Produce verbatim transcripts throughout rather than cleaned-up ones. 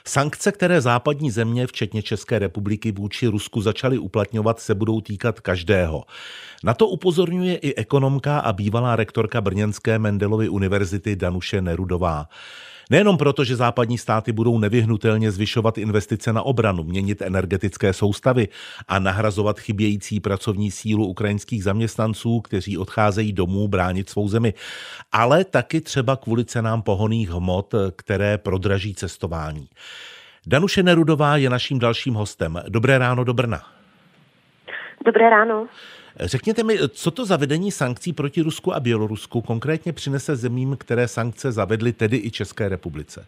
Sankce, které západní země, včetně České republiky, vůči Rusku začaly uplatňovat, se budou týkat každého. Na to upozorňuje i ekonomka a bývalá rektorka brněnské Mendelovy univerzity Danuše Nerudová. Nejenom proto, že západní státy budou nevyhnutelně zvyšovat investice na obranu, měnit energetické soustavy a nahrazovat chybějící pracovní sílu ukrajinských zaměstnanců, kteří odcházejí domů bránit svou zemi, ale taky třeba kvůli cenám pohonných hmot, které prodraží cestování. Danuše Nerudová je naším dalším hostem. Dobré ráno do Brna. Dobré ráno. Řekněte mi, co to zavedení sankcí proti Rusku a Bělorusku konkrétně přinese zemím, které sankce zavedly, tedy i České republice?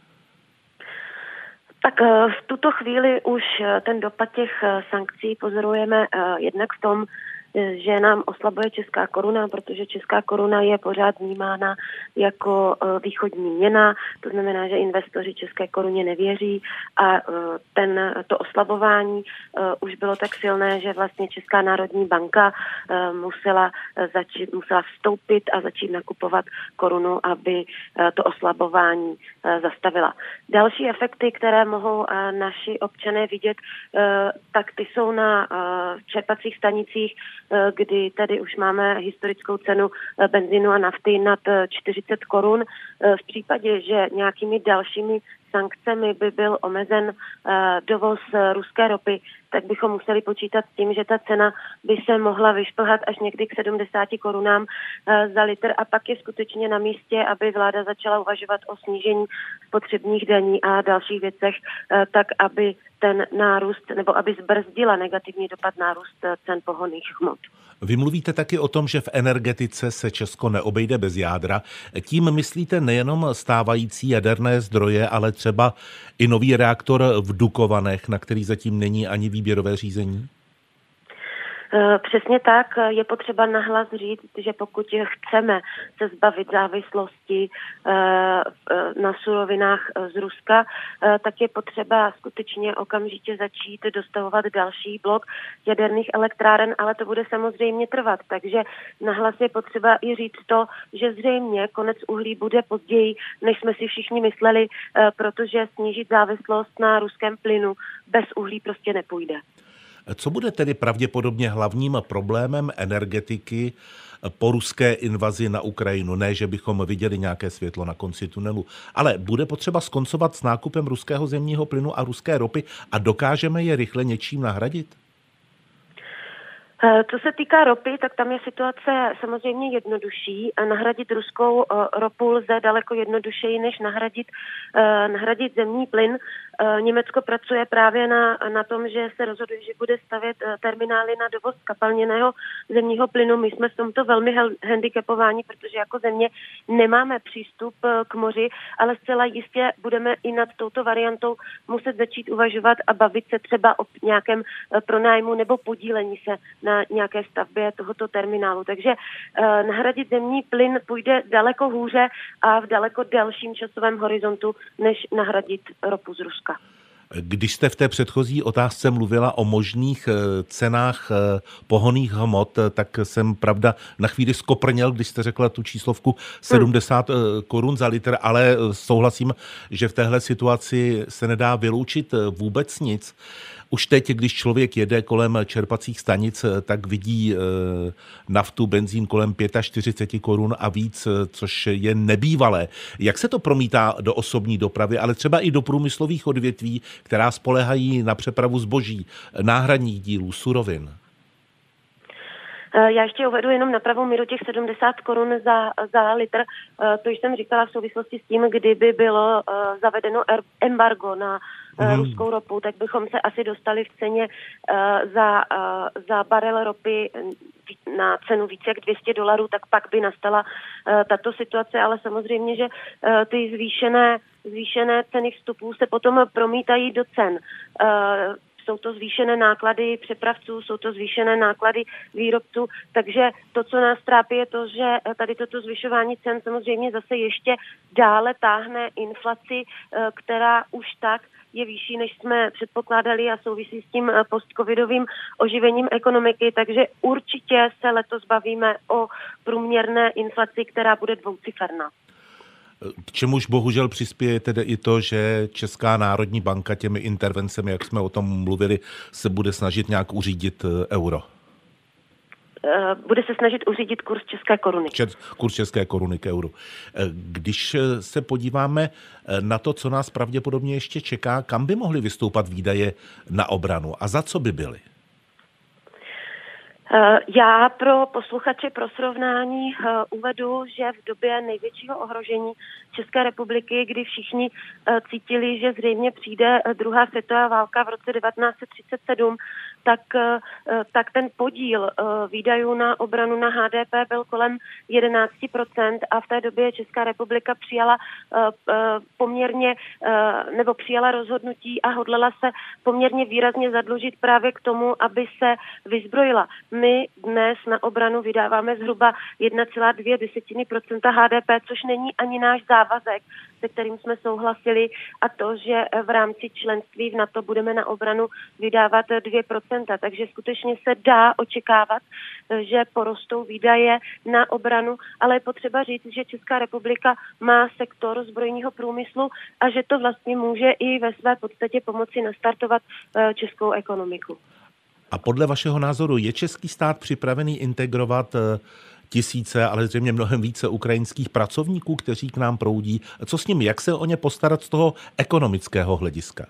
Tak v tuto chvíli už ten dopad těch sankcí pozorujeme jednak v tom, že nám oslabuje česká koruna, protože česká koruna je pořád vnímána jako východní měna, to znamená, že investoři české koruně nevěří a ten, to oslabování už bylo tak silné, že vlastně Česká národní banka musela, začít, musela vstoupit a začít nakupovat korunu, aby to oslabování zastavila. Další efekty, které mohou naši občané vidět, tak ty jsou na čerpacích stanicích, kdy tady už máme historickou cenu benzínu a nafty nad čtyřicet korun. V případě, že nějakými dalšími sankcemi by byl omezen dovoz ruské ropy, tak bychom museli počítat s tím, že ta cena by se mohla vyšplhat až někdy k sedmdesáti korunám za litr a pak je skutečně na místě, aby vláda začala uvažovat o snížení spotřebních daní a dalších věcech, tak aby ten nárůst, nebo aby zbrzdila negativní dopad nárůst cen pohonných hmot. Vy mluvíte taky o tom, že v energetice se Česko neobejde bez jádra. Tím myslíte nejenom stávající jaderné zdroje, ale třeba i nový reaktor v Dukovanech, na který zatím není ani výběrové řízení? Přesně tak, je potřeba nahlas říct, že pokud chceme se zbavit závislosti na surovinách z Ruska, tak je potřeba skutečně okamžitě začít dostavovat další blok jaderných elektráren, ale to bude samozřejmě trvat. Takže nahlas je potřeba i říct to, že zřejmě konec uhlí bude později, než jsme si všichni mysleli, protože snížit závislost na ruském plynu bez uhlí prostě nepůjde. Co bude tedy pravděpodobně hlavním problémem energetiky po ruské invazi na Ukrajinu? Ne, že bychom viděli nějaké světlo na konci tunelu, ale bude potřeba skoncovat s nákupem ruského zemního plynu a ruské ropy a dokážeme je rychle něčím nahradit? Co se týká ropy, tak tam je situace samozřejmě jednodušší. Nahradit ruskou ropu lze daleko jednodušeji, než nahradit, nahradit zemní plyn. Německo pracuje právě na, na tom, že se rozhoduje, že bude stavět terminály na dovoz kapalněného zemního plynu. My jsme v tomto velmi handicapováni, protože jako země nemáme přístup k moři, ale zcela jistě budeme i nad touto variantou muset začít uvažovat a bavit se třeba o nějakém pronájmu nebo podílení se na nějaké stavbě tohoto terminálu. Takže eh, nahradit zemní plyn půjde daleko hůře a v daleko delším časovém horizontu, než nahradit ropu z Ruska. Když jste v té předchozí otázce mluvila o možných cenách pohonných hmot, tak jsem, pravda, na chvíli skoprněl, když jste řekla tu číslovku sedmdesát hmm. korun za litr, ale souhlasím, že v téhle situaci se nedá vyloučit vůbec nic. Už teď, když člověk jede kolem čerpacích stanic, tak vidí naftu, benzín kolem čtyřicet pět korun a víc, což je nebývalé. Jak se to promítá do osobní dopravy, ale třeba i do průmyslových odvětví, která spoléhají na přepravu zboží, náhradních dílů, surovin? Já ještě uvedu jenom na pravou míru těch sedmdesát korun za, za litr. To jsem říkala v souvislosti s tím, kdyby bylo zavedeno embargo na mm. ruskou ropu, tak bychom se asi dostali v ceně za, za barel ropy na cenu více jak dvě stě dolarů, tak pak by nastala tato situace, ale samozřejmě, že ty zvýšené, zvýšené ceny vstupů se potom promítají do cen. Jsou to zvýšené náklady přepravců, jsou to zvýšené náklady výrobců, takže to, co nás trápí, je to, že tady toto zvyšování cen samozřejmě zase ještě dále táhne inflaci, která už tak je vyšší, než jsme předpokládali a souvisí s tím postcovidovým oživením ekonomiky, takže určitě se letos bavíme o průměrné inflaci, která bude dvouciferná. K čemuž bohužel přispěje tedy i to, že Česká národní banka těmi intervencemi, jak jsme o tom mluvili, se bude snažit nějak uřídit euro. Bude se snažit uřídit kurz české koruny. Čes, kurz české koruny k euru. Když se podíváme na to, co nás pravděpodobně ještě čeká, kam by mohly vystoupat výdaje na obranu a za co by byly? Já pro posluchače pro srovnání uvedu, že v době největšího ohrožení České republiky, kdy všichni cítili, že zřejmě přijde druhá světová válka v roce devatenáct set třicet sedm, tak, tak ten podíl výdajů na obranu na H D P byl kolem jedenáct procent a v té době Česká republika přijala poměrně, nebo přijala rozhodnutí a hodlala se poměrně výrazně zadlužit právě k tomu, aby se vyzbrojila. My dnes na obranu vydáváme zhruba jedna celá dvě procenta H D P, což není ani náš závazek, se kterým jsme souhlasili, a to, že v rámci členství v NATO budeme na obranu vydávat dvě procenta. Takže skutečně se dá očekávat, že porostou výdaje na obranu, ale je potřeba říct, že Česká republika má sektor zbrojního průmyslu a že to vlastně může i ve své podstatě pomoci nastartovat českou ekonomiku. A podle vašeho názoru je český stát připravený integrovat tisíce, ale zřejmě mnohem více ukrajinských pracovníků, kteří k nám proudí? Co s nimi? Jak se o ně postarat z toho ekonomického hlediska?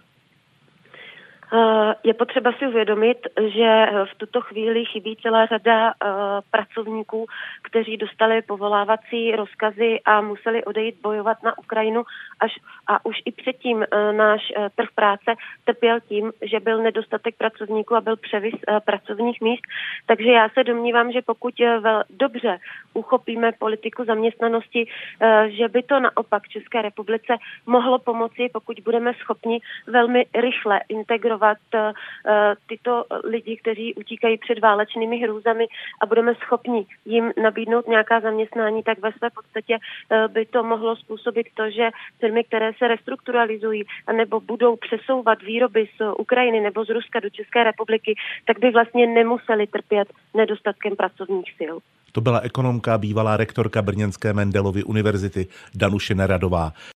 Je potřeba si uvědomit, že v tuto chvíli chybí celá řada pracovníků, kteří dostali povolávací rozkazy a museli odejít bojovat na Ukrajinu, až a už i předtím náš trh práce trpěl tím, že byl nedostatek pracovníků a byl převis pracovních míst. Takže já se domnívám, že pokud dobře uchopíme politiku zaměstnanosti, že by to naopak České republice mohlo pomoci, pokud budeme schopni velmi rychle integrovat tyto lidi, kteří utíkají před válečnými hrůzami a budeme schopni jim nabídnout nějaká zaměstnání, tak ve své podstatě by to mohlo způsobit to, že firmy, které se restrukturalizují nebo budou přesouvat výroby z Ukrajiny nebo z Ruska do České republiky, tak by vlastně nemuseli trpět nedostatkem pracovních sil. To byla ekonomka, bývalá rektorka brněnské Mendelovy univerzity Danuše Neradová.